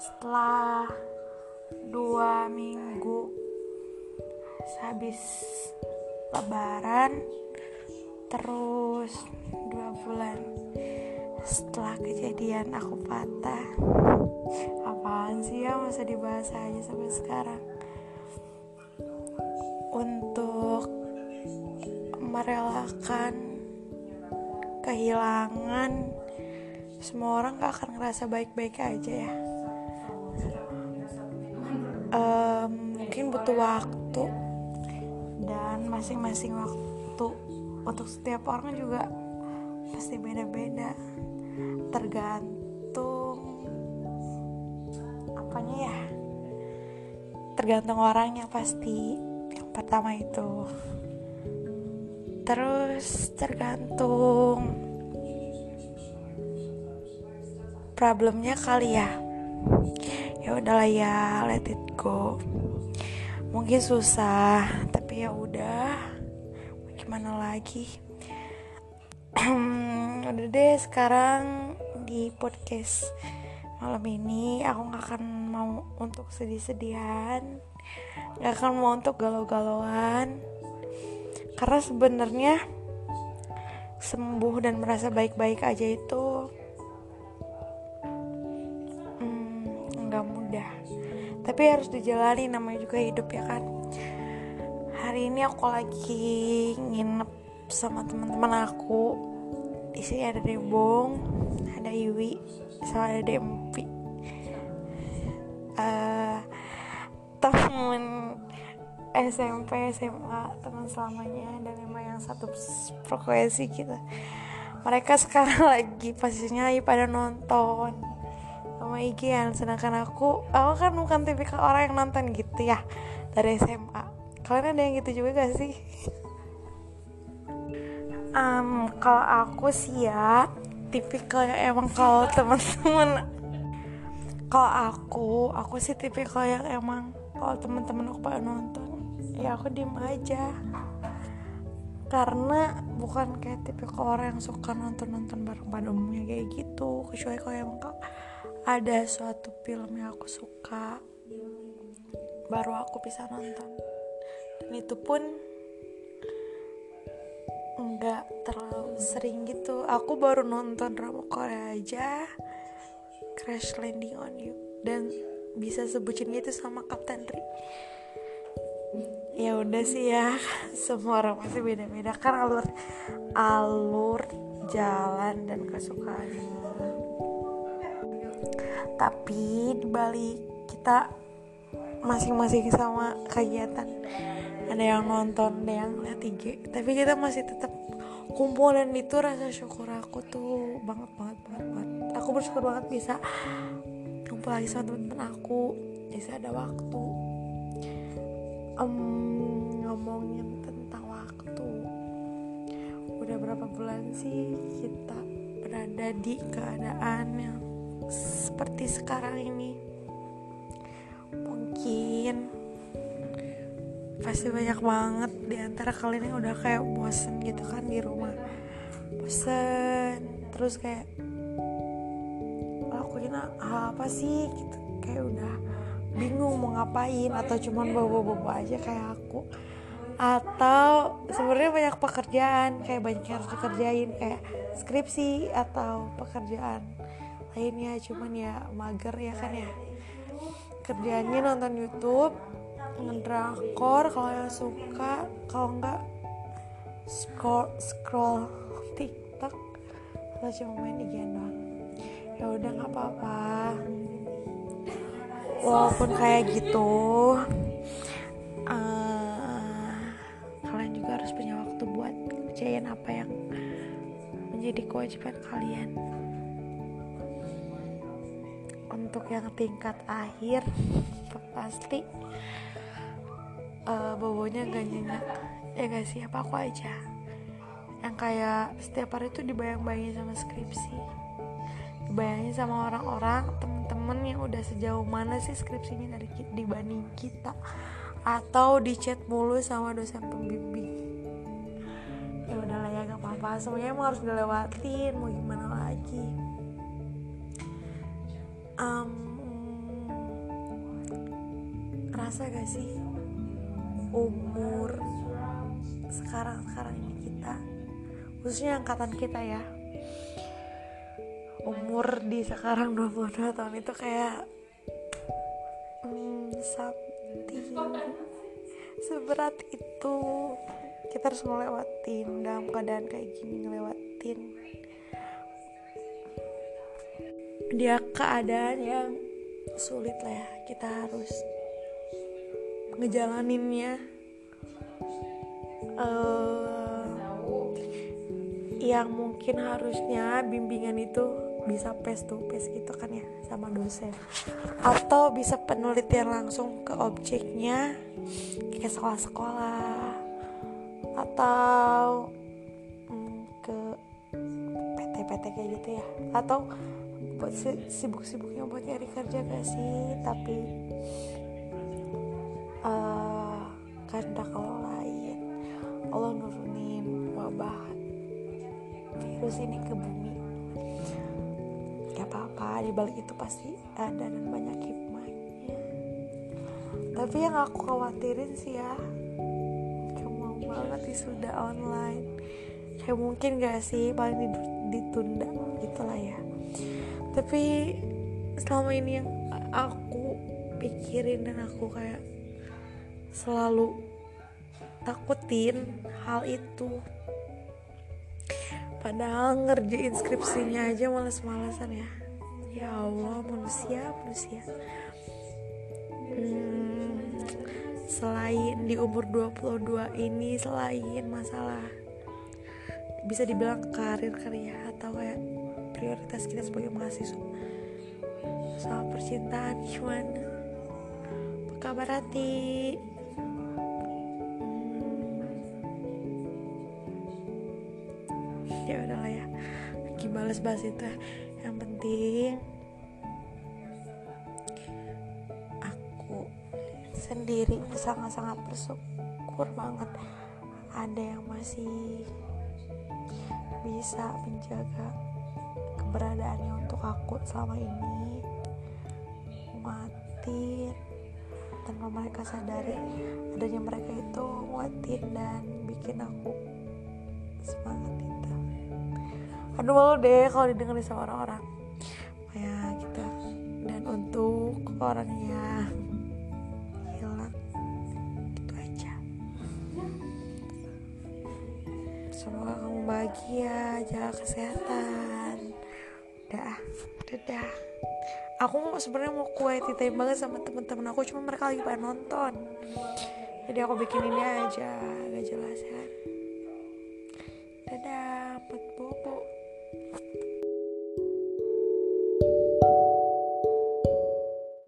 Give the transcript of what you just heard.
Setelah 2 minggu habis lebaran, terus 2 bulan setelah kejadian aku patah. Apaan sih ya, masa dibahas aja sampai sekarang. Untuk merelakan kehilangan, semua orang gak akan ngerasa baik-baik aja ya. Mungkin butuh waktu, dan masing-masing waktu untuk setiap orang juga pasti beda-beda, tergantung apanya ya, tergantung orangnya pasti. Yang pertama itu, terus tergantung problemnya kali ya. Ya udahlah ya, let it go. Mungkin susah, tapi ya udah, gimana lagi. Udah deh, sekarang di podcast malam ini aku gak akan mau untuk sedih-sedihan, gak akan mau untuk galau-galauan, karena sebenarnya sembuh dan merasa baik-baik aja itu gak mudah, tapi harus dijalani, namanya juga hidup ya kan. Hari ini aku lagi nginep sama teman-teman aku. Di sini ada Debong, ada Iwi, sama ada Dempi. Temen SMP, SMA, teman selamanya, dan emang yang satu frekuensi kita. Mereka sekarang lagi pastinya pada nonton sama IG-an, sedangkan aku kan bukan tipikal orang yang nonton gitu ya dari SMA. Kalian ada yang gitu juga gak sih? Kalau aku sih ya tipikal yang emang kalau teman-teman, kalau aku sih tipikal yang emang kalau teman-teman aku pada nonton ya aku diem aja, karena bukan kayak tipikal orang yang suka nonton bareng pada umumnya kayak gitu. Kecuali kalau emang ada suatu film yang aku suka, baru aku bisa nonton, dan itu pun nggak terlalu sering gitu. Aku baru nonton drama Korea aja, Crash Landing on You, dan bisa sebutin gitu sama Kapten Ri. Ya udah sih ya, semua orang pasti beda-beda kan alur jalan dan kesukaannya. Tapi dibalik kita masing-masing sama kegiatan, ada yang nonton, ada yang lihat IG, tapi kita masih tetap kumpul, dan itu rasa syukur aku tuh banget. Aku bersyukur banget bisa kumpul lagi sama teman-teman aku, bisa ada waktu. Ngomongin tentang waktu, udah berapa bulan sih kita berada di keadaan yang seperti sekarang ini? Mungkin pasti banyak banget di antara kalian yang udah kayak bosen gitu kan di rumah, bosen terus kayak lakuin hal apa sih gitu, kayak udah bingung mau ngapain, atau cuman bobo-bobo aja kayak aku, atau sebenarnya banyak pekerjaan, kayak banyak yang harus dikerjain kayak skripsi atau pekerjaan lainnya, cuman ya mager ya kan ya. Kerjaannya nonton YouTube, ngedrakor kalau yang suka, kalau enggak scroll TikTok, atau cuma main IG doang. Ya udah, nggak apa-apa. Walaupun kayak gitu, kalian juga harus punya waktu buat ngerjain apa yang menjadi kewajiban kalian. Untuk yang tingkat akhir pasti bobonya gak nyenyak, ya gak sih? Apa aku aja yang kayak setiap hari tuh dibayang-bayangin sama skripsi, dibayangin sama orang-orang, temen-temen yang udah sejauh mana sih skripsinya dari dibanding kita, atau di chat mulu sama dosen pembimbing. Ya udahlah ya, gak apa-apa, semuanya emang harus dilewatin, mau gimana lagi. Rasa gak sih umur sekarang ini kita, khususnya angkatan kita ya, umur di sekarang 22 tahun itu kayak something seberat itu. Kita harus ngelewatin dalam keadaan kayak gini, ngelewatin dia keadaan yang sulit lah ya. Kita harus ngejalaninnya yang mungkin harusnya bimbingan itu bisa face to face gitu kan ya sama dosen, atau bisa penelitian langsung ke objeknya kayak sekolah-sekolah atau ke PT-PT kayak gitu ya, atau buat sibuk-sibuknya buat nyari kerja gak sih. Tapi kehendak Allah lain, Allah nurunin wabah virus ini ke bumi. Gak apa-apa, dibalik itu pasti ada dan banyak hikmahnya. Tapi yang aku khawatirin sih ya, mau banget sudah online. Kayak mungkin gak sih paling ditunda gitulah ya. Tapi selama ini yang aku pikirin dan aku kayak selalu takutin hal itu. Padahal ngerjain skripsinya aja males-malesan ya. Ya Allah, manusia. Selain di umur 22 ini, selain masalah bisa dibilang karir ya, atau kayak prioritas kita sebagai mahasiswa, soal percintaan gimana? Apa kabar hati? Ya udahlah ya, gimana bahas itu. Yang penting aku sendiri sangat-sangat bersyukur banget ada yang masih bisa menjaga keberadaannya untuk aku selama ini, nguatin tanpa mereka sadari adanya mereka itu, nguatin dan bikin aku semangat itu. Aduh malu deh kalau didengerin sama orang-orang ya gitu. Dan untuk orang yang hilang, gitu aja. Semoga kamu bahagia, jaga kesehatan. Dadah. Aku sebenarnya mau quality time banget sama teman-teman aku, cuma mereka lagi pada nonton. Jadi aku bikin ini aja, gak jelas ya. Dadah, buat bobo.